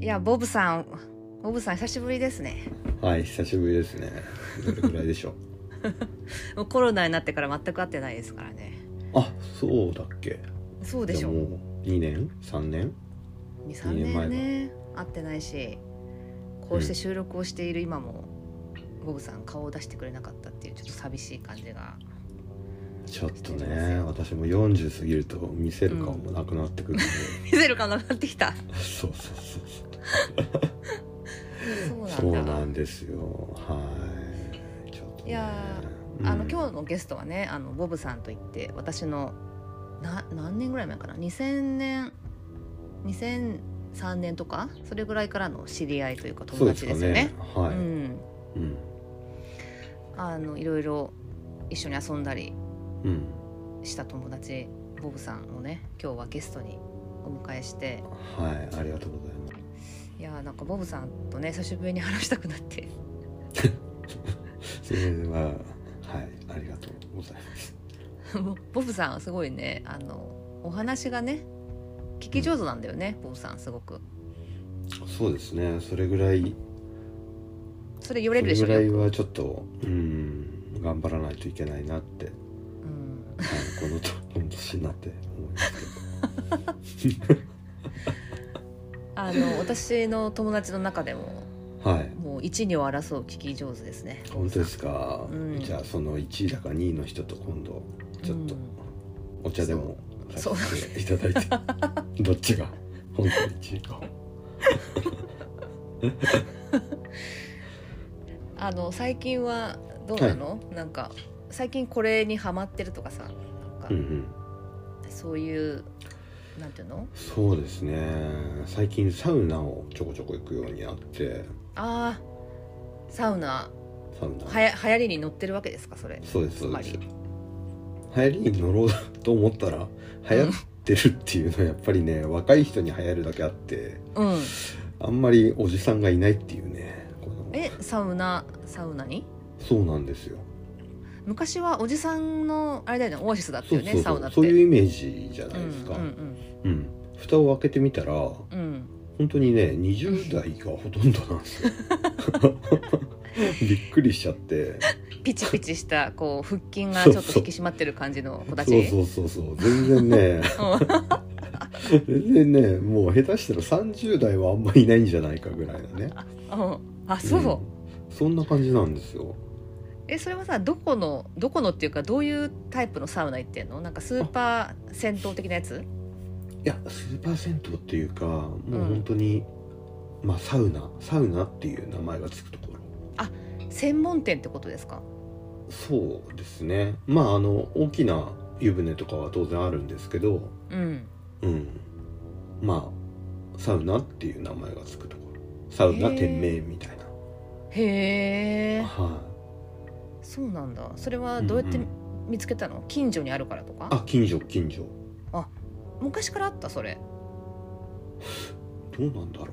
や、ボブさん久しぶりですね。 はい、久しぶりですね。どれくらいでしょもうコロナになってから全く会ってないですからね。 あ、そうだっけ。 そうでしょ。 もう2年3年 2、3年ね、会ってないし、こうして収録をしている今も、ボブさん顔を出してくれなかったっていうちょっと寂しい感じが。 ちょっとね、私も40過ぎると見せる顔もなくなってくるんで、 見せる顔なくなってきた。 そうそうなんだ。 そうなんですよ。はい、ちょっとね、 いや、今日のゲストはね、ボブさんといって私の何年ぐらい前かな、2003年とかそれぐらいからの知り合いというか友達ですよね。 はい、 いろいろ一緒に遊んだりした友達、ボブさんをね、今日はゲストにお迎えして、 はい、ありがとうございます。 いや、なんかボブさんとね久しぶりに話したくなってそれははい、ありがとうございますボブさんはすごいね、お話がね聞き上手なんだよね、ボブさんすごく。 そうですね、それぐらいそれ言われるでしょ。 それぐらいはちょっと頑張らないといけないなって、この年になって思いますけど私の友達の中でも、 はい、 もう1、2を争う聞き上手ですね。 本当ですか。じゃあその1位だか2位の人と今度ちょっとお茶でもさせていただいて、どっちが本当に1位か最近はどうなの、なんか最近これにハマってるとかさ、なんか、そういうなんていうの。 そうですね、最近サウナをちょこちょこ行くようになって。 ああ、サウナ流行りに乗ってるわけですか、それ。 そうですそうです。流行りに乗ろうと思ったら流行ってるっていうのはやっぱりね、若い人に流行るだけあって、あんまりおじさんがいないっていうね。 サウナに。 そうなんですよ。 昔はおじさんのあれだよね、オアシスだったよね。サウナってそういうイメージじゃないですか。蓋を開けてみたら、本当にね20代がほとんどなんですよびっくりしちゃって。 ピチピチしたこう腹筋がちょっと引き締まってる感じの子たち。 そう全然ね全然ね、もう下手したら30代はあんまいないんじゃないかぐらいのね。 そう、 そんな感じなんですよ。 それはさ、どこのっていうか、どういうタイプのサウナ行ってんの？なんかスーパー銭湯的なやつ？ いや、スーパー銭湯っていうか、もう本当に、サウナっていう名前がつくところ。 あ、専門店ってことですか？ そうですね。大きな湯船とかは当然あるんですけど、サウナっていう名前がつくところ、サウナ店名みたいな。 へー、 はい、 そうなんだ。それはどうやって見つけたの？近所にあるからとか？ 近所。 あ、昔からあった？それどうなんだろう。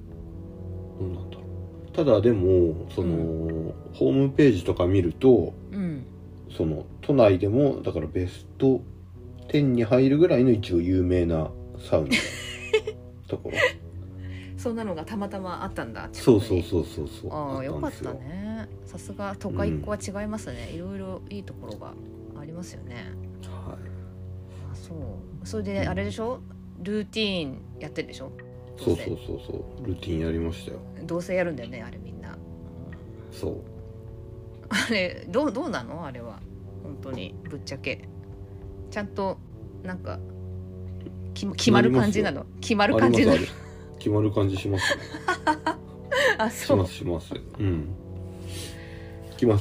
ただでもその、ホームページとか見ると、その都内でもだからベスト10に入るぐらいの一応有名なサウナところそんなのがたまたまあったんだ。 そう。 ああ、よかったね。さすが都会っ子は違いますね。いろいろいいところがありますよね。 はい。 それであれでしょ、ルーティーンやってるでしょ。 そうルーティンやりましたよ。 どうせやるんだよね、あれみんな。 そう。 あれどうなの、あれは。本当にぶっちゃけちゃんとなんか決まる感じなの？決まる感じなの？ 決まる感じしますねあ、そう。 します。来ます。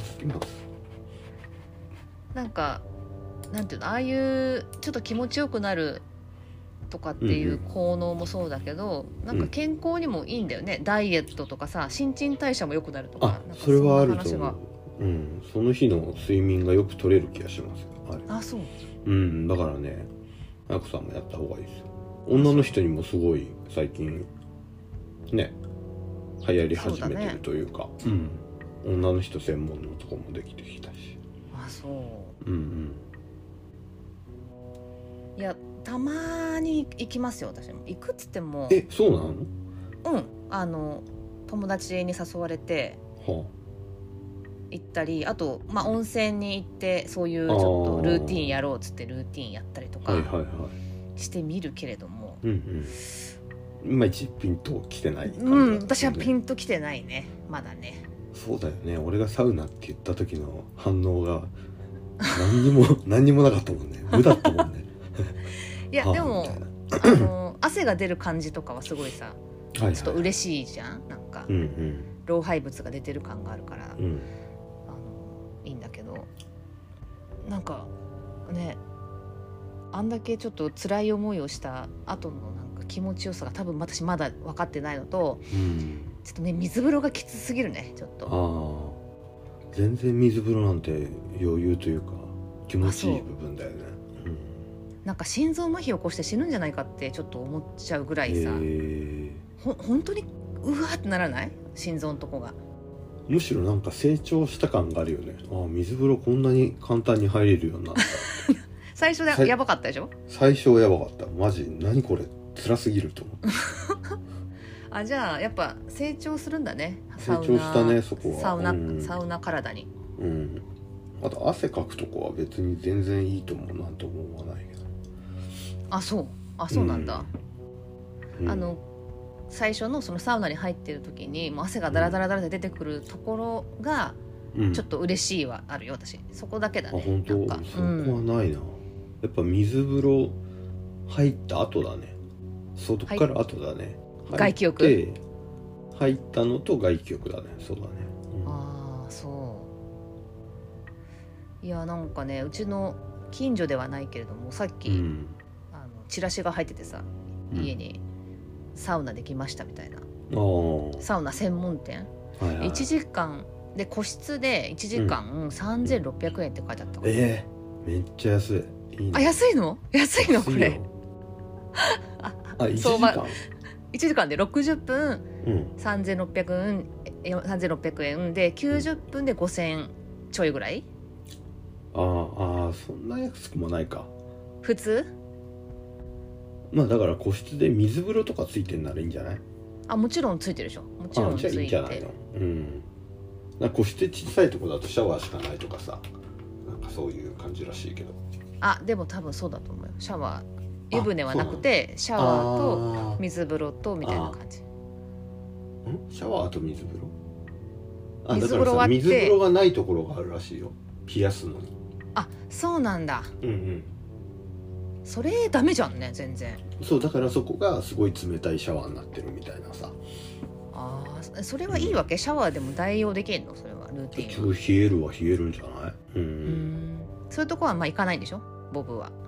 なんかなんていうの、ああいうちょっと気持ちよくなるとかっていう効能もそうだけど、なんか健康にもいいんだよね。ダイエットとかさ、新陳代謝も良くなるとか。なんかそれはあると思う。その日の睡眠がよく取れる気がしますよ。 そう。 だからね、あやこさんもやった方がいいですよ。女の人にもすごい最近ね流行り始めてるというか、女の人専門のとこもできてきたし。 そう。いや、たまに行きますよ。私も行くっつっても。 そうなの？ 友達に誘われては行ったり、あと、温泉に行ってそういうちょっとルーティンやろうっつってルーティンやったりとかしてみるけれども、 いまいちピンときてない感じだったね。 私はピンときてないね、まだね。 そうだよね、俺がサウナって言った時の反応が何にもなかったもんね。無だったもんね。 いやでも汗が出る感じとかはすごいさ、ちょっと嬉しいじゃん。なんか、老廃物が出てる感があるから、いいんだけど、なんかね、あんだけちょっと辛い思いをした後のなんか気持ちよさが多分私まだ分かってないのと、ちょっとね、水風呂がきつすぎるね、ちょっと。 全然水風呂なんて余裕というか気持ちいい部分だよね。 なんか心臓麻痺を起こして死ぬんじゃないかってちょっと思っちゃうぐらいさ、本当にうわーってならない？心臓のとこが。 むしろなんか成長した感があるよね。水風呂こんなに簡単に入れるようになった。 最初でやばかったでしょ？最初やばかった。マジ何これ辛すぎると思ってじゃあやっぱ成長するんだね。 成長したね、そこは。 サウナ体に。 あと汗かくとこは別に全然いいと思う、なんとも思わないけど。 そうなんだ。最初のそのサウナに入ってる時にもう汗がダラダラダラで出てくるところがちょっと嬉しいはあるよ、私。そこだけだね。 本当？そこはないな。やっぱ水風呂入った後だね。外から後だね。 外気浴？ 入ったのと外気浴だね。そうだね。 そう。いや、なんかね、うちの近所ではないけれども、さっき、チラシが入っててさ、家にサウナできましたみたいな、サウナ専門店、1時間で個室で1時間3600円って書いてあったから、 めっちゃ安い。いいね。 安いのこれ。 1時間 1時間で60分、3600円で90分で5000円ちょいぐらい。 そんな安くもないか。 普通？ だから個室で水風呂とかついてんならいいんじゃない？ もちろんついてるでしょ。もちろんついて。 じゃあいいんじゃないの？個室小さいとこだとシャワーしかないとかさ、なんかそういう感じらしいけど。 でも多分そうだと思うよ。シャワー、湯船はなくてシャワーと水風呂とみたいな感じ。 シャワーと水風呂？水風呂は水風呂がないところがあるらしいよ。冷やすのに。 そうなんだ。それダメじゃんね、全然。 そうだからそこがすごい冷たいシャワーになってるみたいなさ。 それはいいわけ？シャワーでも代用できるの？それはルーティンは。 冷えるは冷えるんじゃない？ そういうとこは行かないんでしょ、ボブは。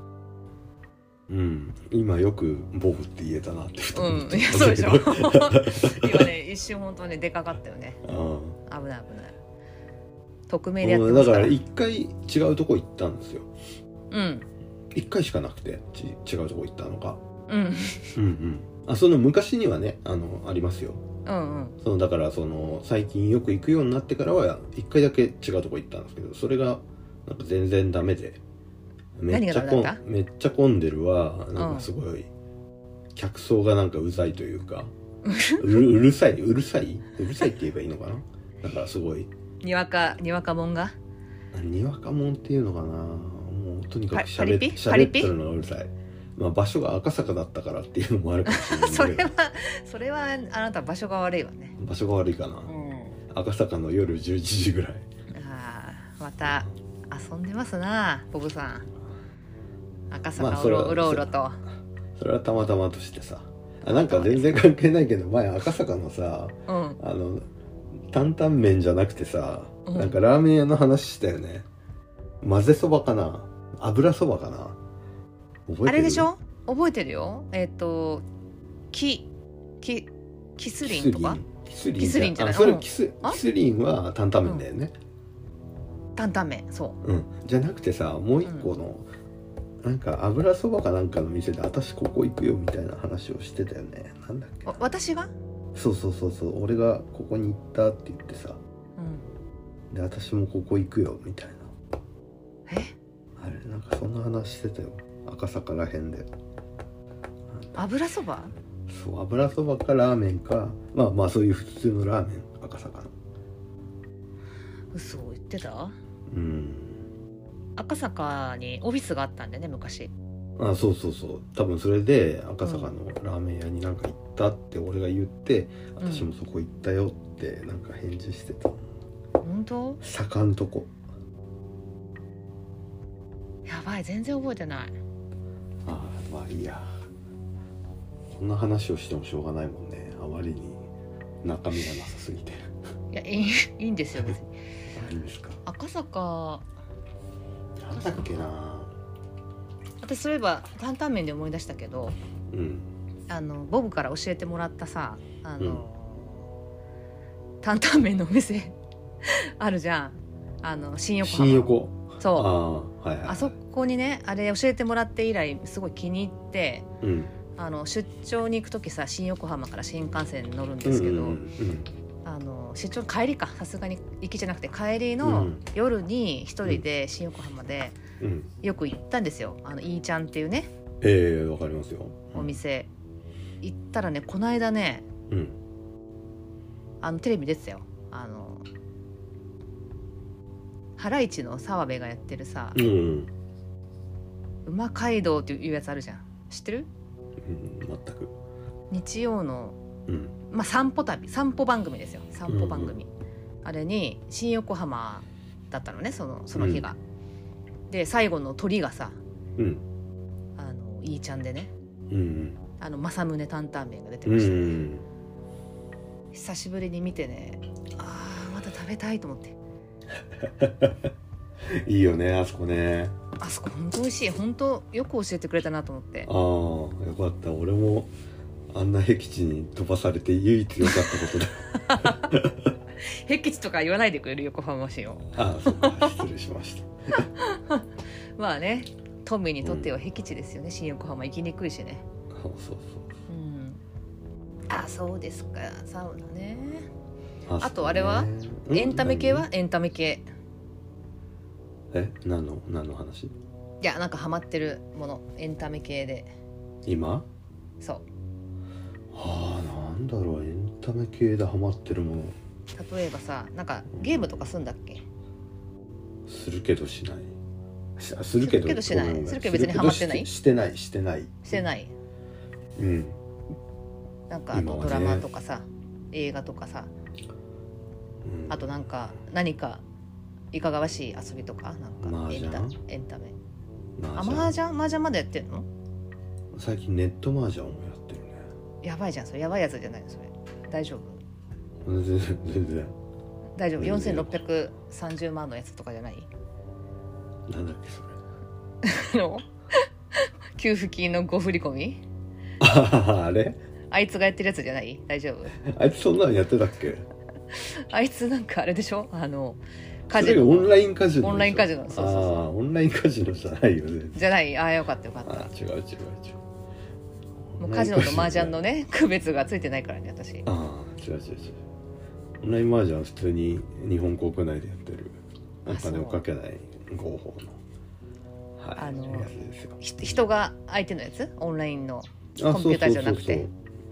今よくボブって言えたなってふと思って。 そうでしょ。今ね、一瞬本当にでかかったよね。危ない。匿名でやってますから。 だから一回違うとこ行ったんですよ。一回しかなくて違うとこ行ったのが。その昔にはね、ありますよ。だから最近よく行くようになってからは一回だけ違うとこ行ったんですけど、それがなんか全然ダメで、めっちゃ混んでるわ。なんかすごい客層がなんかうざいというかうるさいって言えばいいのかな。だからすごいにわかもんがにわかもんっていうのかな。もうとにかく喋ってるのがうるさい。場所が赤坂だったからっていうのもあるかもしれないけどそれはあなた場所が悪いわね。 場所が悪いかな、赤坂の夜11時ぐらい。 また遊んでますな、ボブさん。赤坂をうろうろと。 それはたまたまとしてさ、なんか全然関係ないけど、前赤坂のさ、担々麺じゃなくてさ、なんかラーメン屋の話したよね。混ぜそばかな、油そばかな。覚えてる？ あれでしょ？覚えてるよ。キスリンとか？キスリンじゃない？ それキスリンは担々麺だよね。 担々麺、そう。 じゃなくてさ、もう一個の、なんか油そばかなんかの店で私ここ行くよみたいな話をしてたよね。なんだっけ？ 私が？ そう。俺がここに行ったって言ってさ。で私もここ行くよみたいな。あれなんかそんな話してたよ。赤坂らへんで。 油そば？ そう油そばかラーメンか、まあまあそういう普通のラーメン、赤坂の。 嘘言ってた？ うん。 赤坂にオフィスがあったんだよね昔。 あ、そうそうそう、多分それで赤坂のラーメン屋になんか行ったって俺が言って、私もそこ行ったよってなんか返事してた。 本当？ 坂んとこ。 やばい、全然覚えてない。 ああ、まあいいや。こんな話をしてもしょうがないもんね、あまりに中身がなさすぎて。 いや、いいんですよ別に。 いいんですか。 赤坂なんだっけな。 私そういえば担々麺で思い出したけど、 うん、 ボブから教えてもらったさ、担々麺のお店あるじゃん、新横浜。 新横。 そう、 あ、はいはいはい、 あそこにね、あれ教えてもらって以来すごい気に入って、 うん、 出張に行く時さ、新横浜から新幹線に乗るんですけど、出張帰りか、さすがに行きじゃなくて帰りの夜に一人で新横浜でよく行ったんですよ、いいちゃんっていうね、 わかりますよ、 お店行ったらね、この間ね、テレビ出てたよ、ハライチの澤部がやってるさ、うま街道っていうやつあるじゃん、知ってる？ 全く。 日曜の、まあ、散歩番組ですよ、散歩番組、あれに新横浜だったのね、その日が、で最後の鳥がさ、いいちゃんでね、政宗担々麺が出てましたね、久しぶりに見てね、また食べたいと思っていいよね、あそこね。 あそこ本当美味しい、本当よく教えてくれたなと思って。 ああ、よかった。俺もあんな僻地に飛ばされて唯一良かったことだ僻地とか言わないでくれる、横浜市を。 ああ、そうか、失礼しましたまあね、都民にとっては僻地ですよね、新横浜行きにくいしね。 そうそうそう、 あ、そうですか、サウナね。 あとあれはエンタメ系は？エンタメ系何の話？いや、なんかハマってるもの、エンタメ系で今？ そう、 なんだろう、エンタメ系でハマってるもの。 例えばさ、なんかゲームとかすんだっけ？ するけどしない。するけどしない。するけど別にハマってない？ してない。 なんかあとドラマとかさ、映画とかさ、あとなんか何かいかがわしい遊びとか、なんかエンタメ。麻雀まだやってんの？ 最近ネット麻雀もやってるね。 やばいじゃん、それやばいやつじゃないのそれ。大丈夫？ 全然大丈夫。4630万のやつとかじゃない？ なんだっけそれ給付金のご振り込みあれあいつがやってるやつじゃない？大丈夫？ あいつそんなのやってたっけ？ あいつなんかあれでしょ、 カジノ、オンラインカジノ、 そうオンラインカジノじゃないよね。 じゃない？よかったよかった。 違うもうカジノと麻雀のね区別がついてないからね、私。 違うオンライン麻雀は普通に日本国内でやってる、お金をかけない合法の、やつですよ。 人が相手のやつ、オンラインのコンピューターじゃなくて、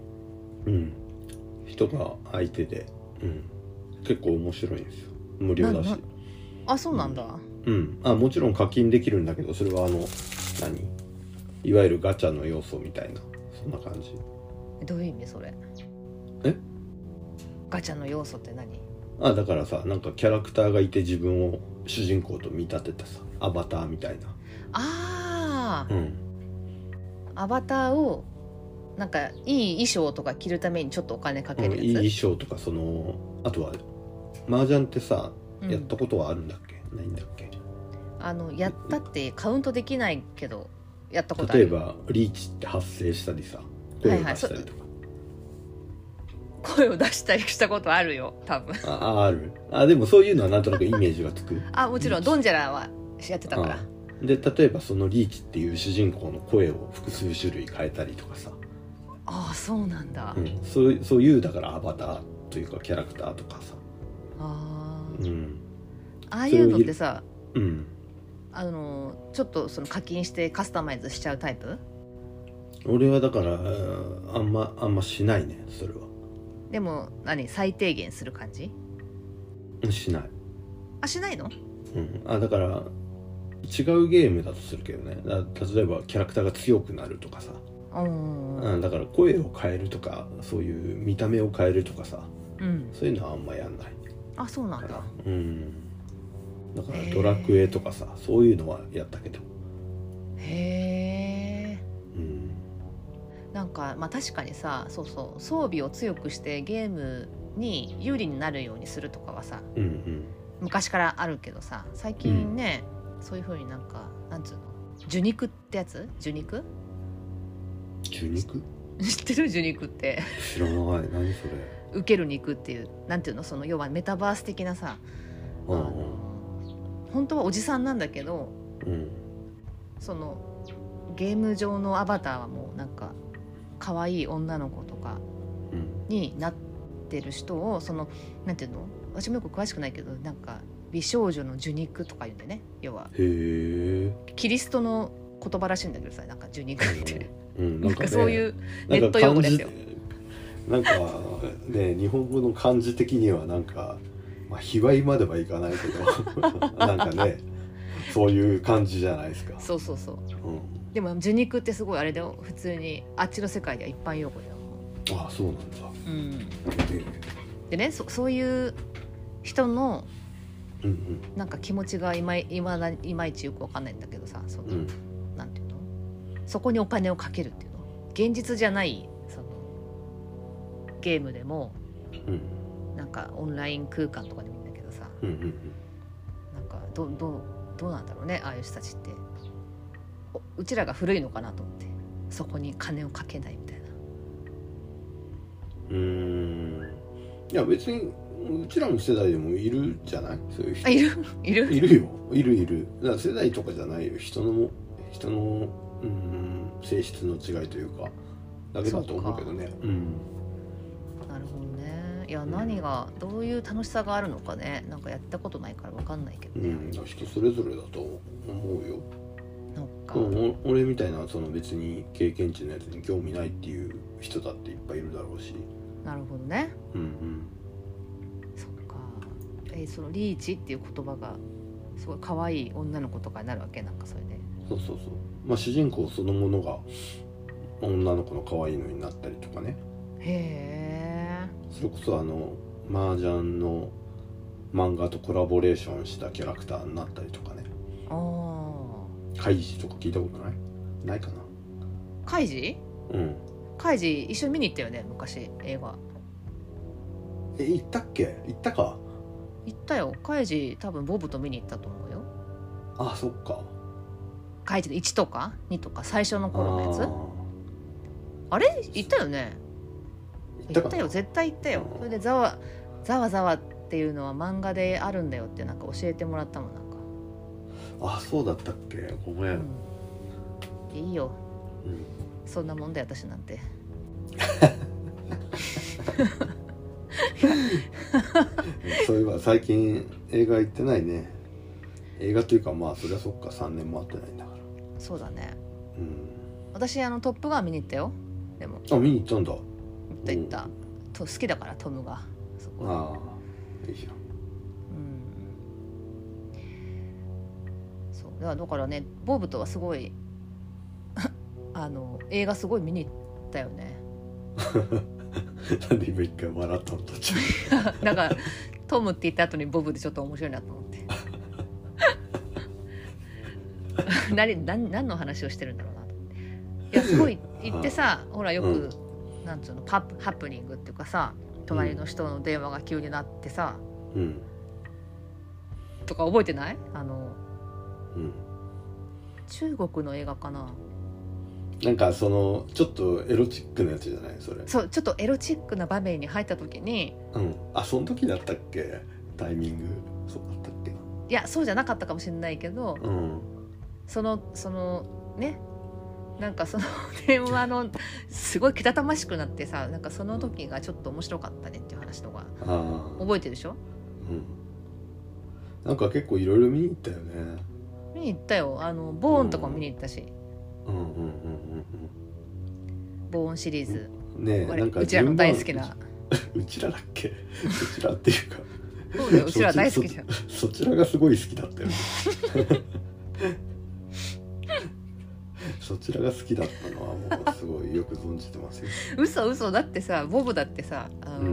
人が相手で、結構面白いんですよ、無料だし。 そうなんだ。 もちろん課金できるんだけど、それはいわゆるガチャの要素みたいな、そんな感じ。 どういう意味それ？ガチャの要素って何？ だからさ、なんかキャラクターがいて、自分を主人公と見立てたさ、アバターみたいな。 アバターをなんかいい衣装とか着るためにちょっとお金かけるやつ、 いい衣装とか、あとは麻雀ってさ、やったことはあるんだっけ？ないんだっけ？ やったってカウントできないけどやったことある。 例えばリーチって発生したりさ、声を出したりとか、 声を出したりしたことあるよ多分。 ある。でもそういうのはなんとなくイメージがつくもちろんドンジャラはやってたから。 で、例えばそのリーチっていう主人公の声を複数種類変えたりとかさ。 そうなんだ、 そういうだからアバターというかキャラクターとかさ、 ああいうのってさ、 ちょっとその課金してカスタマイズしちゃうタイプ？ 俺はだからあんましないねそれは。 でも最低限する感じ？ しない。 あ、しないの？ だから違うゲームだとするけどね。例えばキャラクターが強くなるとかさ、だから声を変えるとかそういう見た目を変えるとかさ、そういうのはあんまやんない。 あ、そうなんだ。 だからドラクエとかさ、そういうのはやったけど。 へえ。なんか確かにさ、そうそう装備を強くしてゲームに有利になるようにするとかはさ、昔からあるけどさ、最近ね、そういう風になんつうの、受肉ってやつ？受肉知ってる？受肉って知らない。何それ？ 受ける肉っていう、なんていうの、その要はメタバース的なさ、本当はおじさんなんだけど、そのゲーム上のアバターはもうなんか可愛い女の子とかになってる人を、そのなんていうの、私もよく詳しくないけど、なんか美少女の受肉とか言うんでね、要はキリストの言葉らしいんだけどさ、なんか受肉って、なんかそういうネット用語ですよ。 なんかね、日本語の漢字的にはなんか、卑猥まではいかないけどなんかね、そういう感じじゃないですか。 そう、でも受肉ってすごいあれだよ、普通にあっちの世界では一般用語だよ。 あ、そうなんだ。 でね、そういう人のなんか気持ちがいまいちよく分かんないんだけどさ、その、なんていうの、そこにお金をかけるっていうの、現実じゃないそのゲームでも、なんかオンライン空間とかでもいいんだけどさ、なんかどうなんだろうね、ああいう人たちって。うちらが古いのかなと思って、そこに金をかけないみたいな。 いや別にうちらの世代でもいるじゃない、そういう人。 いるよ、いる。だから世代とかじゃないよ、人の性質の違いというかだけだと思うけどね。 なるほどね。いや、何がどういう楽しさがあるのかね、なんかやったことないから分かんないけどね。 人それぞれだと思うよ。 なんか俺みたいなその別に経験値のやつに興味ないっていう人だっていっぱいいるだろうし。 なるほどね。そっか。そのリーチっていう言葉がすごい可愛い女の子とかになるわけ、なんかそれで。 そう。主人公そのものが女の子の可愛いのになったりとかね。 へえ。 それこそ麻雀の漫画とコラボレーションしたキャラクターになったりとかね。カイジとか聞いたことないかな。 カイジ？カイジ一緒に見に行ったよね、昔映画。 行ったっけ？行ったか。 行ったよ。カイジ多分ボブと見に行ったと思うよ。 あ、そっか。 カイジの1とか2とか最初の頃のやつ。あれ行ったよね。行ったよ、絶対行ったよ。それでざわっていうのは漫画であるんだよってなんか教えてもらったもん、なんか。 あ、そうだったっけ。ごめん。 いいよ、そんなもんだよ私なんて。 そういえば最近映画行ってないね。映画というかそりゃそっか、3年も会ってないんだから。 そうだね。私トップガン見に行ったよ。でも見に行ったんだ。 行った好きだからトムがそこ。 いいじゃん。 そうだからね、ボブとはすごい映画すごい見に行ったよね。 なんで今一回笑ったの途中。 なんかトムって言った後にボブでちょっと面白いなと思って。何の話をしてるんだろうなと思って。いやすごい行ってさ、ほらよく、なんつうの、ハプニングっていうかさ、隣の人の電話が急になってさ、とか覚えてない？中国の映画かな。 なんかそのちょっとエロチックなやつじゃない、それ。 そう、ちょっとエロチックな場面に入った時に、 その時だったっけ、タイミング。そうだったっけな。 いやそうじゃなかったかもしれないけど、そのね、なんかその電話のすごいけたたましくなってさ、なんかその時がちょっと面白かったねっていう話とか覚えてるでしょ。 なんか結構いろいろ見に行ったよね。 見に行ったよ。ボーンとかも見に行ったし。 ボーンシリーズ、 ねえ、なんかうちらの大好きなうちらだっけうちらっていうかそうだよ、うちら大好きじゃん。 そちらがすごい好きだったよねそちらが好きだったのはもうすごいよく存じてますよ嘘だってさ、ボブだってさ、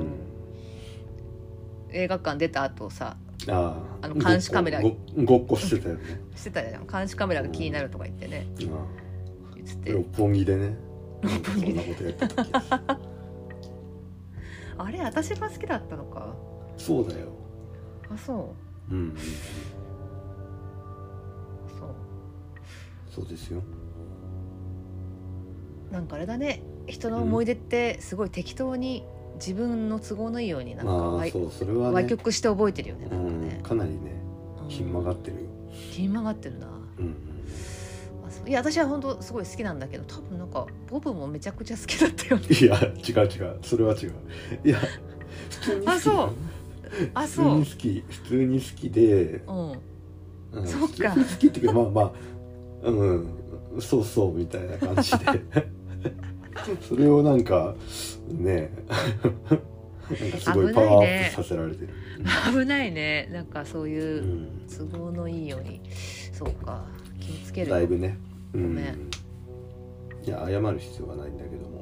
映画館出た後さ、監視カメラごっこしてたよねしてたじゃん。監視カメラが気になるとか言ってね、言ってて、 六本木でね、 六本木でそんなことやった時あれ私が好きだったのか。 そうだよ。 あ、そう、 そうですよ。 なんかあれだね、人の思い出ってすごい適当に自分の都合のいいようになんかそれはね、 歪曲して覚えてるよね。なんかね、 かなりね、ひん曲がってるよ。 ひん曲がってるな。いや私は本当すごい好きなんだけど、多分なんかボブもめちゃくちゃ好きだったよね。 いや違う、それは違う。いや普通に好き。普通に好きで、 そうか。 普通に好きっていうかまあそうみたいな感じでそれをなんかねなんかすごいパワーアップさせられてる。 危ないね。なんかそういう都合のいいように、そうか、気をつけるよ。 だいぶね、 ごめん。 いや謝る必要はないんだけども、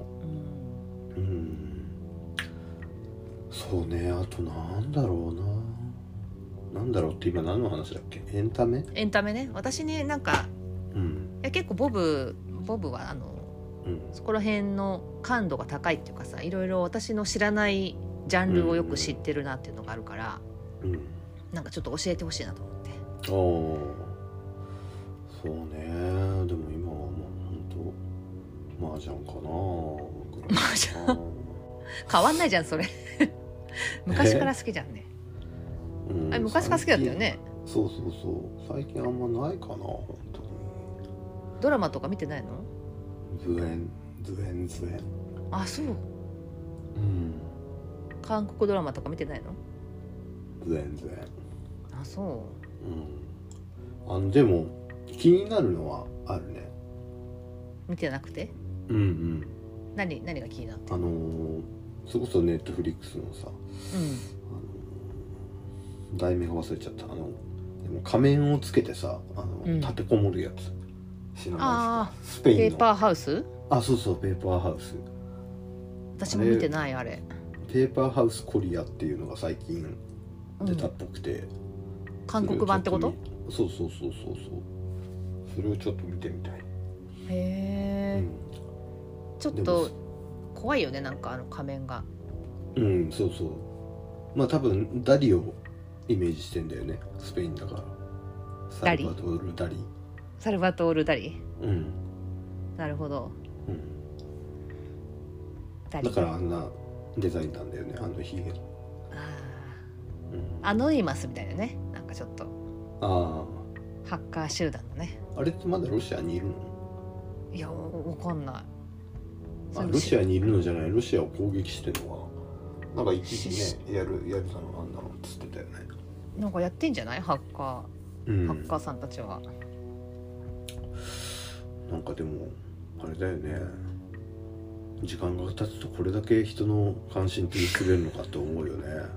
そうね。あとなんだろうって今何の話だっけ？エンタメね。 私ね、なんか、いや結構ボブはそこら辺の感度が高いっていうかさ、いろいろ私の知らないジャンルをよく知ってるなっていうのがあるから、なんかちょっと教えてほしいなと思って。 そうね。でも今はもう本当麻雀かな。 麻雀変わんないじゃんそれ昔から好きじゃんね。あれ昔から好きだったよね。 そう最近あんまないかな本当に。 ドラマとか見てないの？ ズエン。 あ、そう。韓国ドラマとか見てないの？ 全然。 あ、そう。 でも気になるのはあるね。 見てなくて？何が気になって？ それこそネットフリックスのさ、題名が忘れちゃった。でも仮面をつけてさ、立てこもるやつ知らないですか？スペインのペーパーハウス？ そうペーパーハウス。 私も見てないあれ。 ペーパーハウスコリアっていうのが最近出たっぽくて、 韓国版ってこと？ そうそれをちょっと見てみたい。 へえ、ちょっと怖いよね、なんか仮面が。 まあ多分ダリをイメージしてんだよね、スペインだから。サルバトール・ダリ。なるほど。 だからあんなデザインなんだよね、あのヒゲ。 アノニマスみたいなね、なんかちょっとハッカー集団のね。 あれってまだロシアにいるの？ いや、わかんない。 ロシアにいるのじゃない、ロシアを攻撃してるのはなんか一時ね、やるだのなんだのっつってたよね。 なんかやってんじゃない、ハッカーさんたちは。 なんかでもあれだよね、時間が経つとこれだけ人の関心って薄れるのかと思うよねロシアの話もね。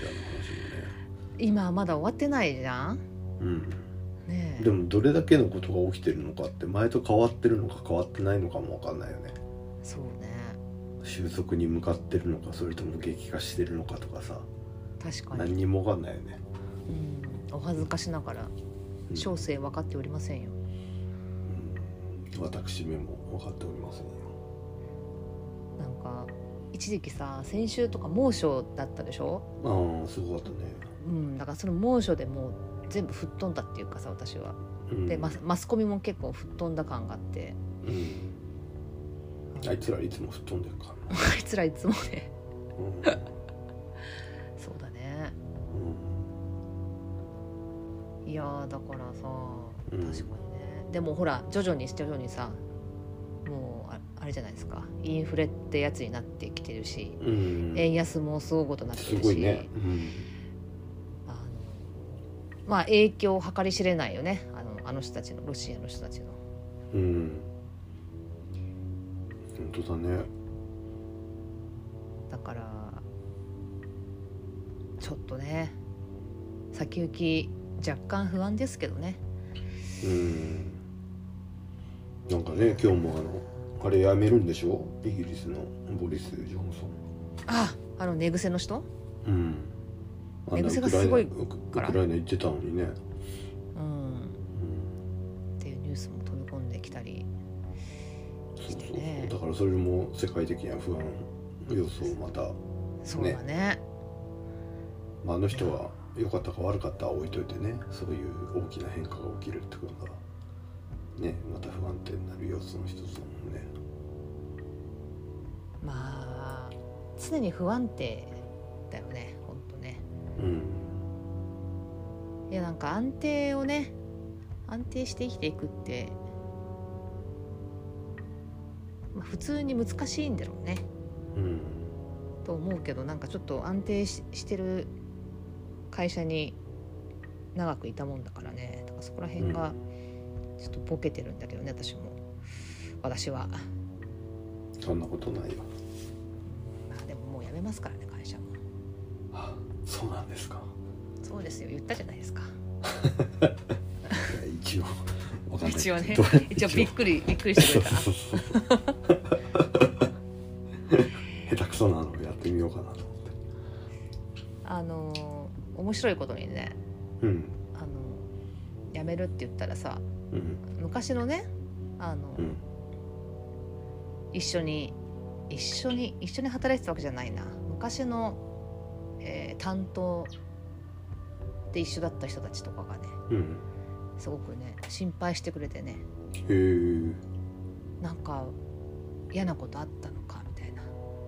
今はまだ終わってないじゃん。 でもどれだけのことが起きてるのかって前と変わってるのか変わってないのかも分かんないよね。 そうね。 収束に向かってるのかそれとも激化してるのかとかさ、 確かに何にも分かんないよね。 お恥ずかしながら小生分かっておりませんよ。 私めも分かっておりませんよ。 なんか一時期さ、先週とか猛暑だったでしょ。 すごかったね。 だからその猛暑でもう全部吹っ飛んだっていうかさ、私は。でマスコミも結構吹っ飛んだ感があって、 あいつらいつも吹っ飛んでるからあいつらいつもねそうだね。いやだからさ、確かにね。でもほら徐々にさ、もうあれじゃないですか、インフレってやつになってきてるし、円安もすごいことになってるし、すごいね。まあ影響を計り知れないよね、あの人たちの、ロシアの人たちの。 本当だね。 だからちょっとね先行き若干不安ですけどね。 なんかね、今日もあれ辞めるんでしょ、イギリスのボリス・ジョンソン。 あの寝癖の人。寝寝癖がすごいからウクライナ行ってたのにね。 っていうニュースも飛び込んできたりしてね。 だからそれも世界的な不安要素をまたそうだね。 あの人は良かったか悪かったは置いといてね、そういう大きな変化が起きるってことがね、また不安定になる要素の一つだもんね。 まあ常に不安定だよね、ほんとね。いやなんか安定して生きていくって、普通に難しいんだろうね、と思うけど、なんかちょっと安定してる会社に長くいたもんだからね。だからそこら辺がちょっとボケてるんだけどね、私は。 そんなことないよ。 でももう辞めますからね、会社も。 そうなんですか。 そうですよ、言ったじゃないですか。 いや一応わかんない。 一応びっくりしてくれた。 下手くそなのをやってみようかなと思って。 面白いことにね、辞めるって言ったらさ、昔のね、一緒に働いてたわけじゃないな、昔の、担当で一緒だった人たちとかがね、すごくね心配してくれてね。なんか嫌なことあったのかみたいな、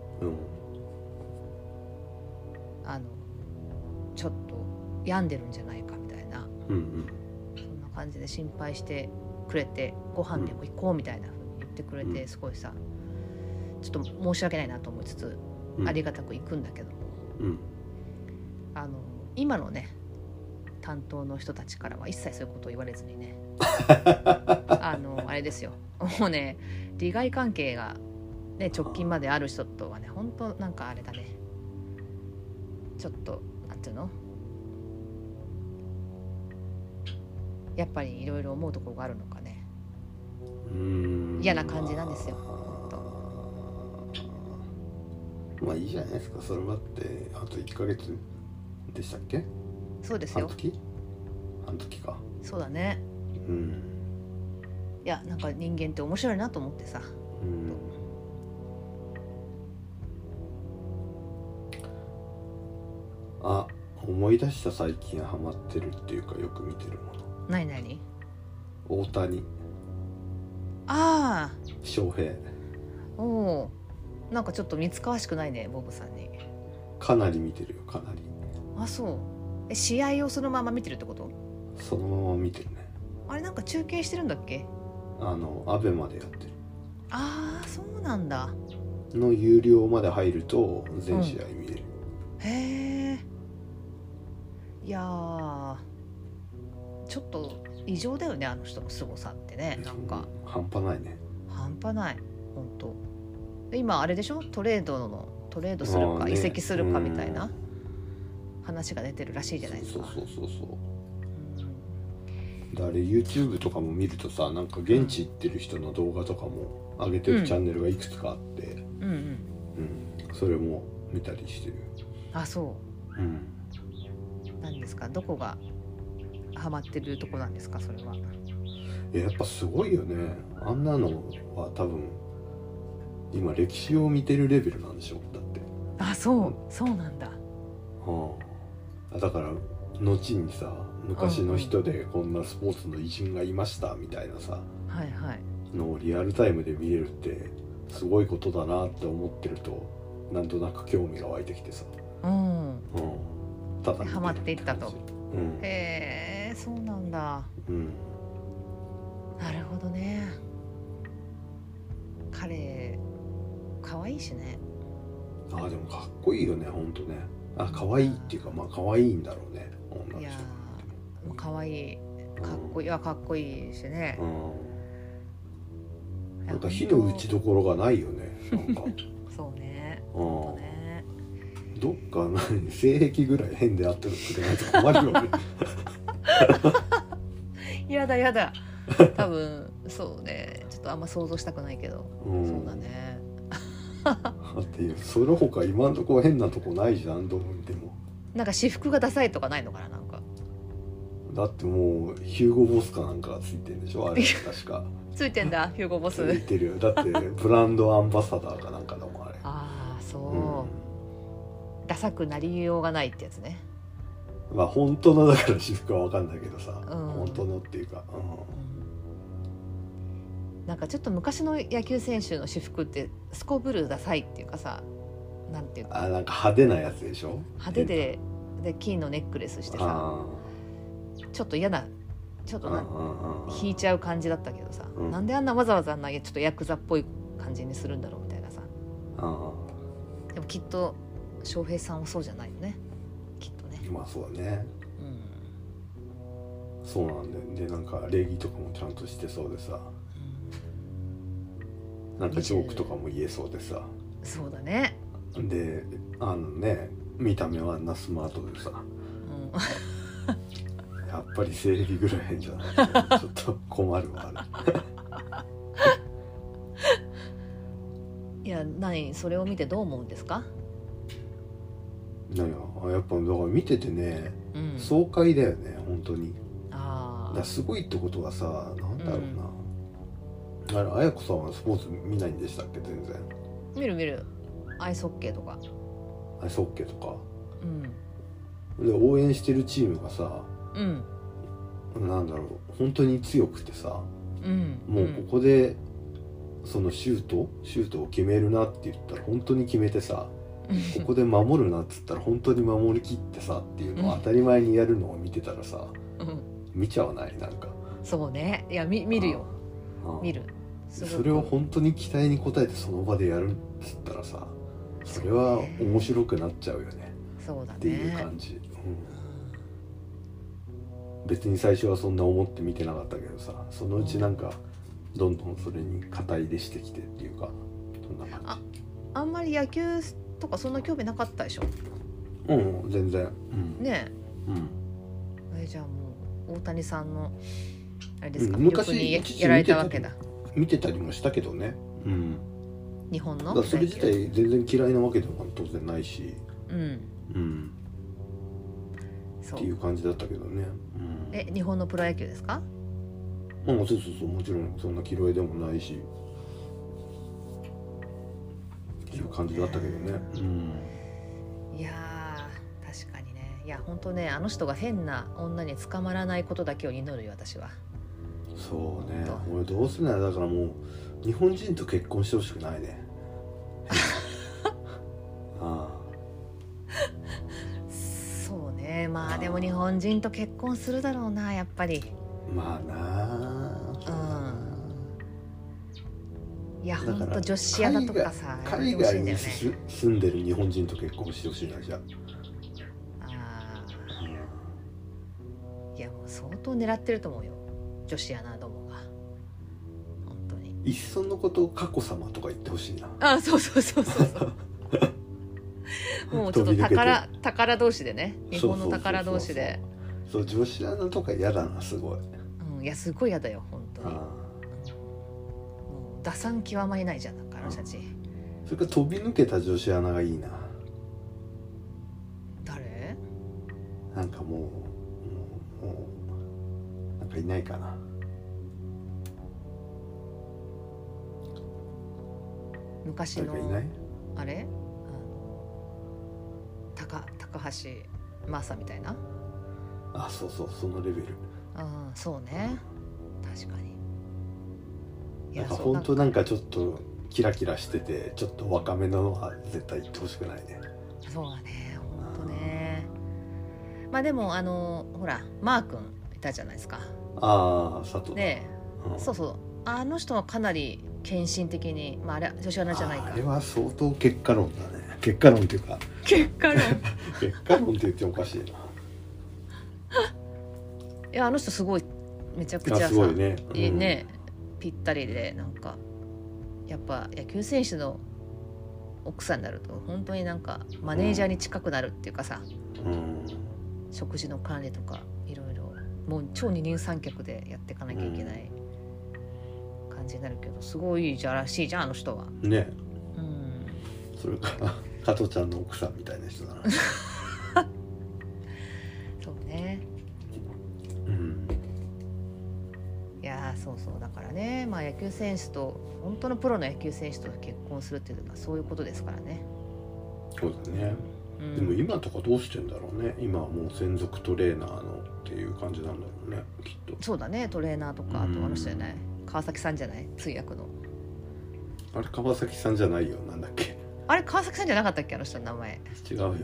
ちょっと病んでるんじゃないかみたいな、そんな感じで心配してくれて、ご飯でも行こうみたいな風に言ってくれて、すごいさ、ちょっと申し訳ないなと思いつつ、ありがたく行くんだけども、今のね担当の人たちからは一切そういうことを言われずにねあれですよ、もうね利害関係がね直近まである人とはね、本当なんかあれだね、ちょっとなんていうの、やっぱりいろいろ思うところがあるのかね、嫌な感じなんですよ。 まあいいじゃないですか。それはってあと1ヶ月でしたっけ。 そうですよ。 半月か。そうだね。いやなんか人間って面白いなと思ってさ。 思い出した、最近ハマってるっていうかよく見てるもの。 何？ 大谷翔平。 なんかちょっと見つかわしくないね、ボブさんに。 かなり見てるよ、かなり。 そう。試合をそのまま見てるってこと？ そのまま見てるね。 あれなんか中継してるんだっけ？ アベマでやってる。 そうなんだ。 の有料まで入ると全試合見れる。 へえ。いやー、ちょっと異常だよね、あの人の凄さってね。なんか半端ないね。 半端ない、本当。今あれでしょ、トレードするか、移籍するかみたいな話が出てるらしいじゃないですか。 そうで、あれ YouTube とかも見るとさ、なんか現地行ってる人の動画とかも上げてるチャンネルがいくつかあって、それも見たりしてる。 そう。何ですか、どこがハマってるとこなんですか、それは。 やっぱすごいよね。あんなのは多分今歴史を見てるレベルなんでしょ、だって。 そうなんだ。 だから後にさ、昔の人でこんなスポーツの偉人がいましたみたいなさ、のをリアルタイムで見れるってすごいことだなって思ってると、なんとなく興味が湧いてきてさ、ただハマっていったと。へえ、そうなんだ。なるほどね。彼可愛いしね。 でもかっこいいよね、ほんとね。可愛いっていうか、まあ可愛いんだろうね、女の人。 いや可愛い、かっこいいしね。 なんか火の打ちどころがないよねなんかそうね、 うんね、 どっか性癖ぐらい変であってくれないと困るよねやだやだ多分そうね、ちょっとあんま想像したくないけど、そうだねだってその他今んとこ変なとこないじゃん、どう見ても。 なんか私服がダサいとかないのかな、なんかだってもうヒューゴボスかなんかがついてるんでしょあれ確かついてんだヒューゴボス。 ついてるよ、だってブランドアンバサダーかなんかだもんあれ。 ああそう、ダサくなりようがないってやつね。 まあ本当のだから私服は分かんないけどさ、本当のっていうか、 なんかちょっと昔の野球選手の私服ってすこぶるダサいっていうかさ、なんていうか、 なんか派手なやつでしょ。 派手で金のネックレスしてさ、ちょっと嫌な、ちょっと引いちゃう感じだったけどさ、なんであんなわざわざあんなちょっとヤクザっぽい感じにするんだろうみたいなさ。でもきっと翔平さんはそうじゃないよね、きっとね。 まあそうだね、そうなんだよ。でなんか礼儀とかもちゃんとしてそうでさ、なんかジョークとかも言えそうでさ。 そうだね。 で見た目はあんなスマートでさ、やっぱり性癖ぐらい変じゃないちょっと困るわあれいや、それを見てどう思うんですか。 やっぱだから見ててね、爽快だよね本当に。だすごいってことはさ、なんだろうな、あれ綾子さんはスポーツ見ないんでしたっけ。全然見るアイスホッケーとかアイスホッケーとか、で応援してるチームがさ、なんだろう本当に強くてさ、もうここでそのシュートを決めるなって言ったら本当に決めてさ、ここで守るなっつったら本当に守りきってさっていうのを当たり前にやるのを見てたらさ、見ちゃわない？なんかそうね。いや見るよ、見る。 それを本当に期待に応えてその場でやるっつったらさ、それは面白くなっちゃうよね。 そうだね。 っていう感じ、別に最初はそんな思って見てなかったけどさ、そのうちなんかどんどんそれに肩入れしてきてっていうか、そんな感じ。 あんまり野球とかそんな興味なかったでしょ。 全然、 ねえ、じゃあもう大谷さんのあれですか、魅力にやられたわけだ。 見てたりもしたけどね、 日本のだそれ自体全然嫌いなわけでも当然ないし、っていう感じだったけどね。 日本のプロ野球ですか。 そうもちろんそんな嫌いでもないしっていう感じだったけどね。 いやー確かにね。いや本当ね、あの人が変な女に捕まらないことだけを祈るよ私は。 そうね、俺どうすんの。だからもう日本人と結婚してほしくないねそうね。まあでも日本人と結婚するだろうな、やっぱり。 まあな、 いやほんと女子アナとかさ、 海外に住んでる日本人と結婚してほしいな。じゃいやもう相当狙ってると思うよ、女子アナどもが。本当にいっそのこと佳子様とか言ってほしいな。 そうもうちょっと宝同士でね、日本の宝同士で。 そう女子アナとか嫌だな、すごい。 いやすごい嫌だよ本当に。もう打算極まりないじゃん、なんかあの人たち。 それから飛び抜けた女子アナがいいな。 誰？ なんかもうなんかいないかな。 昔の誰かいない？ あれ高橋真麻みたいな。 そうそのレベル。 そうね、確かに。 なんか本当なんかちょっとキラキラしててちょっと若めなのは絶対言ってほしくないね。そうだね、本当ね。まあでもほらマー君いたじゃないですか。 佐藤ね。そうあの人はかなり献身的に、あれ女子アナじゃないか。 あれは相当結果論だね。結果論っていうか結果論結果論って言ってもおかしいな。 いやあの人すごいめちゃくちゃさ、 すごいね、 ね、ぴったりでなんかやっぱ野球選手の奥さんになると本当になんかマネージャーに近くなるっていうかさ、食事の管理とかいろいろもう超二人三脚でやっていかなきゃいけない感じになるけど、すごいじゃらしいじゃんあの人はね。それから加トちゃんの奥さんみたいな人だなそうね。いやそうだからね、まあ野球選手と本当のプロの野球選手と結婚するっていうのはそういうことですからね。 そうだね。でも今とかどうしてんだろうね。今はもう専属トレーナーのっていう感じなんだろうね、きっと。 そうだね、トレーナーとか、あとあの人じゃない、川崎さんじゃない、通訳の。 あれ川崎さんじゃないよ、なんだっけ。 あれ川崎さんじゃなかったっけ、あの人の名前。 違うよ。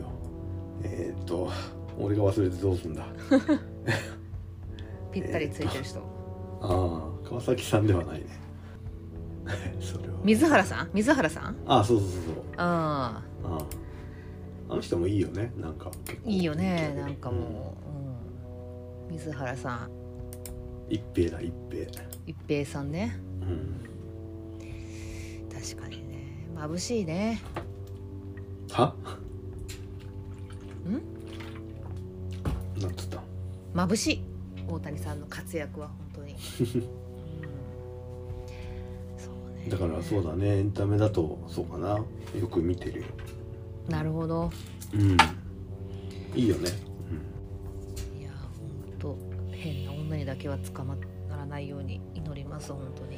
俺が忘れてどうすんだぴったりついてる人。 ああ、川崎さんではないねそれは水原さん。 ああ、そう。 あの人もいいよね、なんか結構いいよね、なんかもう、水原さん、 一平さんね、確かにね、眩しいね。 は？なんつった？ 眩しい、大谷さんの活躍は本当にそうね。 だからそうだね、エンタメだとそうかな、よく見てるよ。 なるほど。 いいよね。 いや本当変な女にだけは捕まらないように祈ります、本当に。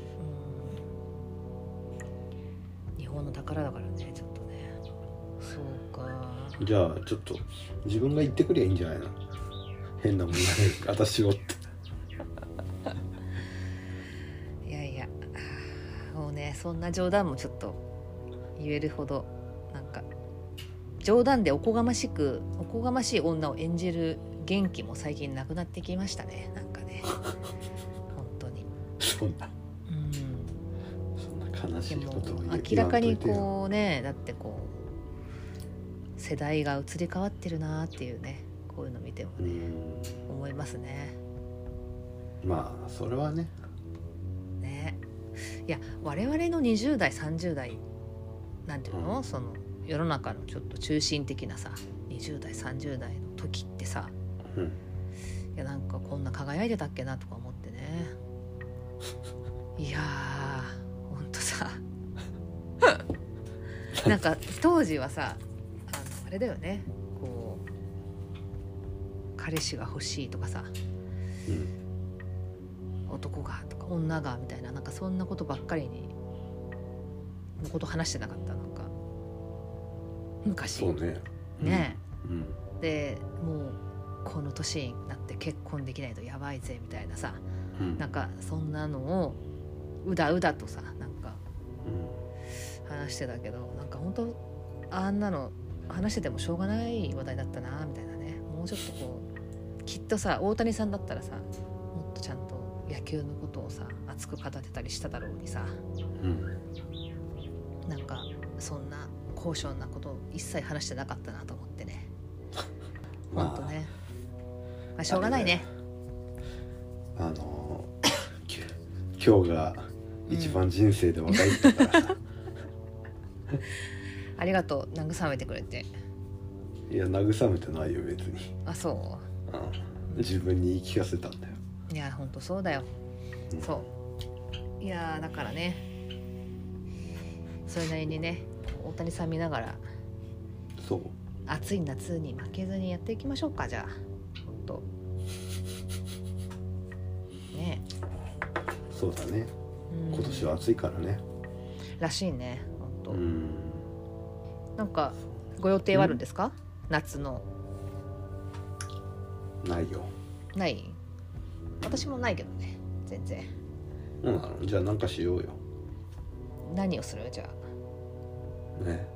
日本の宝だからね、ちょっとね。そうか。 じゃあちょっと自分が言ってくりゃいいんじゃないの？変なもんね私をっていやもうね、そんな冗談もちょっと言えるほど、なんか冗談でおこがましい女を演じる元気も最近なくなってきましたね、なんかね本当にそんな悲しいことを明らかにこうね、だってこう世代が移り変わってるなっていうね、こういうの見てもね思いますね。 まあそれはね。 いや我々の20代30代なんていうの、その世の中のちょっと中心的なさ20代30代の時ってさ、いやなんかこんな輝いてたっけなとか思ってねいやほんとさなんか当時はさあれだよね、こう彼氏が欲しいとかさ、男がとか女がみたいな、なんかそんなことばっかりにのこと話してなかった、なんか昔。 そうね。 でもうこの年になって結婚できないとやばいぜみたいなさ、なんかそんなのをうだうだとさ、なんか話してたけど、なんか本当あんなの話しててもしょうがない話題だったなみたいなね。もうちょっとこうきっとさ、大谷さんだったらさ、もっとちゃんと野球のことをさ熱く語ってたりしただろうにさ、なんかそんな高尚なことを一切話してなかったなと思ってねほんとね、まあしょうがないね。 今日が一番人生で若い人からさ、 ありがとう、慰めてくれて。 いや慰めてないよ別に。 あ、そう、 自分に言い聞かせたんだよ。 いやほんとそうだよ、そう。いやだからね、それなりにね大谷さん見ながら、 そう暑い夏に負けずにやっていきましょうか。じゃあほんとね。 そうだね、今年は暑いからねらしいね、ほんと。なんかご予定はあるんですか？夏の。 ないよ。 ない？私もないけどね、全然。 じゃあなんかしようよ。 何をする？じゃあね。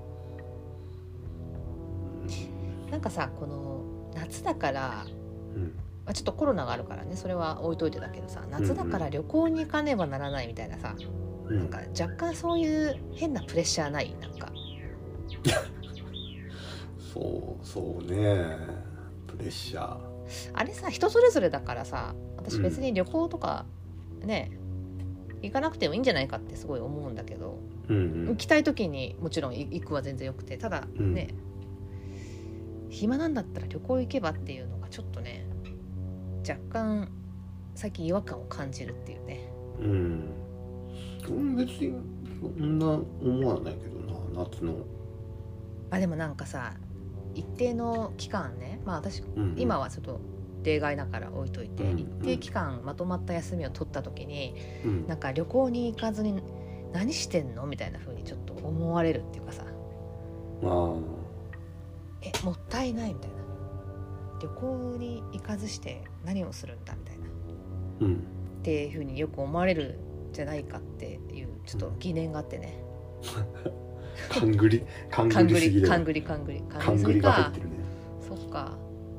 なんかさ、この夏だから、ちょっとコロナがあるからね、それは置いといてだけどさ、夏だから旅行に行かねばならないみたいなさ、なんか若干そういう変なプレッシャーない？なんかそうね、プレッシャー。 あれさ、人それぞれだからさ、私別に旅行とかね、 行かなくてもいいんじゃないかってすごい思うんだけど、 行きたい時にもちろん行くは全然よくて、ただね、暇なんだったら旅行行けばっていうのがちょっとね若干最近違和感を感じるっていうね。 別にそんな思わないけどな、夏の。 でもなんかさ、一定の期間ね、私、今はちょっと例外だから置いといて、一定期間まとまった休みを取った時に、なんか旅行に行かずに何してんのみたいな風にちょっと思われるっていうかさ、もったいないみたいな、旅行に行かずして何をするんだみたいな、っていう風によく思われるんじゃないかっていうちょっと疑念があってね。 勘ぐりすぎる。勘ぐりが入ってるね。 そっか。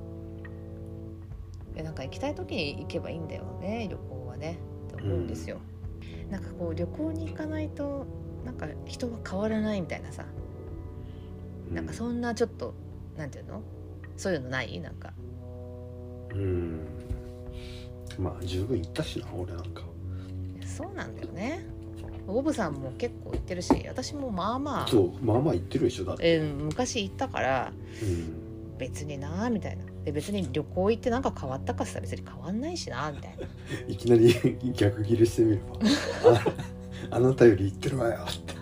なんか行きたい時に行けばいいんだよね、旅行はねって思うんですよ。なんかこう旅行に行かないとなんか人は変わらないみたいなさ、なんかそんなちょっとなんていうの、そういうのない？なんか十分行ったしな、俺なんか。 そうなんだよね。ボブさんも結構行ってるし、私もまあまあ行ってるでしょだって、 昔行ったから、別になみたいな。で別に旅行行ってなんか変わったかさ、別に変わんないしなみたいな。 いきなり逆ギレしてみればあなたより行ってるわよ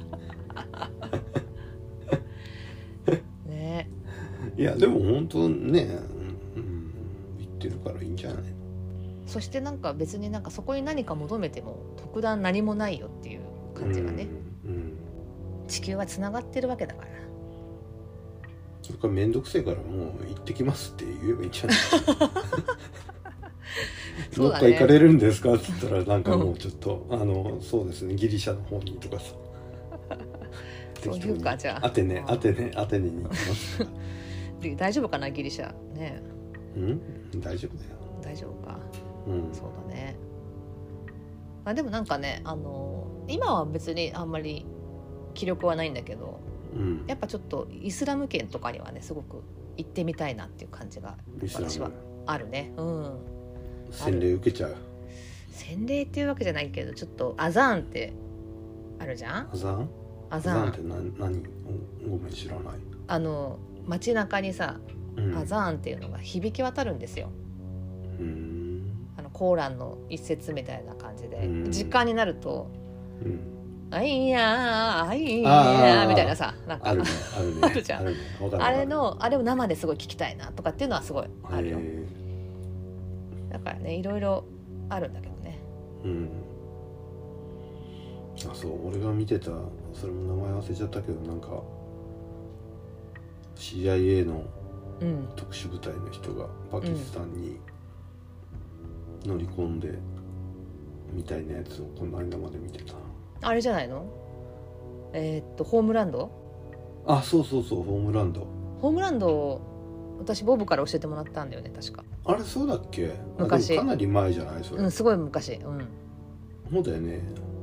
ってね。 いやでも本当ね、行ってるからいいんじゃない。 そしてなんか別になんかそこに何か求めても特段何もないよっていう感じがね、地球はつながってるわけだから。 それからめんどくせえからもう行ってきますって言えばいいんじゃないどっか行かれるんですかって言ったらなんかもうちょっと、そうですね、ギリシャの方にとかさそういうか、じゃあアテネに行きますで大丈夫かな、ギリシャね。 大丈夫だよ。 大丈夫か。そうだね。でもなんかね、今は別にあんまり気力はないんだけど、やっぱちょっとイスラム圏とかにはねすごく行ってみたいなっていう感じが私はあるね。 洗礼受けちゃう。 洗礼っていうわけじゃないけど、ちょっとアザーンってあるじゃん。アザーンって何？ごめん知らない。 街中にさ、アザーンっていうのが響き渡るんですよ。コーランの一節みたいな感じで、時間になると、あいやーあいやーみたいなさ、なんかあるじゃん。あれを生ですごい聞きたいなとかっていうのはすごいあるよ。だからね、いろいろあるんだけどね。 そう、俺が見てた、それも名前忘れちゃったけど、なんか CIA の特殊部隊の人がパキスタンに乗り込んでみたいなやつをこの間まで見てた。 あれじゃないの？ホームランド？ そうホームランド。 ホームランド、私ボブから教えてもらったんだよね、確か。 あれそうだっけ？ 昔。 かなり前じゃないそれ。 すごい昔。 そうだよね。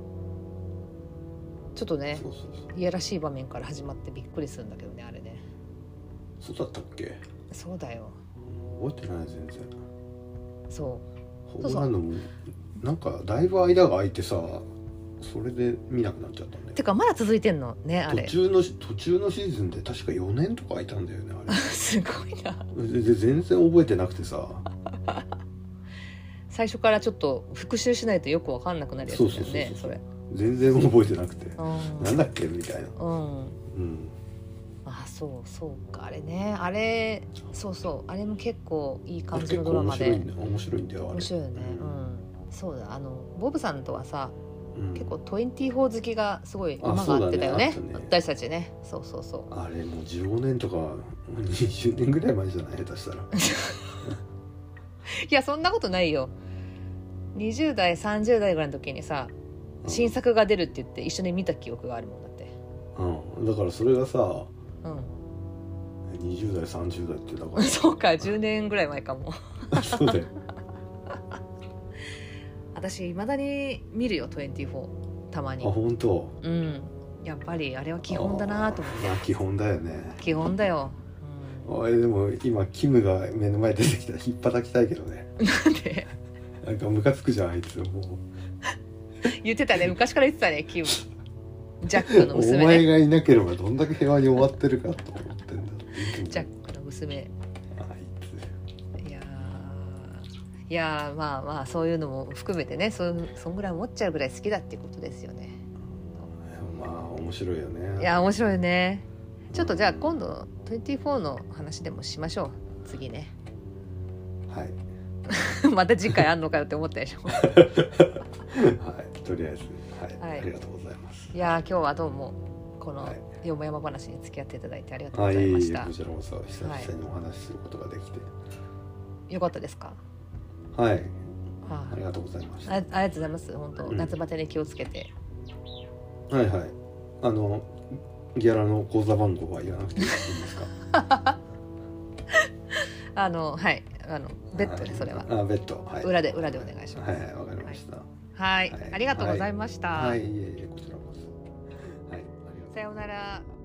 ちょっとね、いやらしい場面から始まってびっくりするんだけどね、あれね。 そうだったっけ？ そうだよ。 覚えてない全然。 そう。 ホームランドもなんかだいぶ間が空いてさ、それで見なくなっちゃったんだよ。 てかまだ続いてんのね、あれ。 途中のシーズンで確か4年とか空いたんだよね、あれ。 すごいな。 で全然覚えてなくてさ。 最初からちょっと復習しないとよく分かんなくなるやつだよね、それ。 全然覚えてなくて、なんだっけみたいな。 そうか、あれね、あれあれも結構いい感じのドラマで面白いんだよ、あれ。 面白いよね。そうだ、ボブさんとはさ、結構24好きがすごい馬が合ってたよね、私たちね。そうあれもう15年とか20年ぐらい前じゃない？下手したら。 いや、そんなことないよ。20代30代ぐらいの時にさ、新作が出るって言って一緒に見た記憶があるもんだって。 だからそれがさ、20代30代ってだからそうか、10年ぐらい前かも。 そうだよ。 私未だに見るよ24、たまに。 本当？ やっぱりあれは基本だなと思って。 基本だよね。 基本だよ。 でも今キムが目の前出てきたら引っ叩きたいけどね。 なんで？ なんかムカつくじゃん、あいつ。もう言ってたね、昔から言ってたね、キム。ジャックの娘ね。 お前がいなければどんだけ平和に終わってるかと思ってんだ。 ジャックの娘。 あいつ。 いやまあまあそういうのも含めてね、そんぐらい思っちゃうぐらい好きだっていうことですよね。 まあ面白いよね。 いや面白いね。ちょっとじゃあ今度24の話でもしましょう、次ね。 はいまた次回あんのかよって思ったでしょ。 はいとりあえず、はい、ありがとうございます。 いや今日はどうもこのよもやま話に付き合っていただいてありがとうございました。 こちらこそ久々にお話しすることができて、 よかったですか。 はい、ありがとうございました。 ありがとうございます。本当、夏バテに気をつけて。 はいはい。ギャラの口座番号は言わなくていいですか。 はいベッドでそれは。 ベッド、はい。 裏でお願いします。 はい、わかりました。 はい、ありがとうございました。 はい、いえいえ、こちらこそ。はい、 さようなら。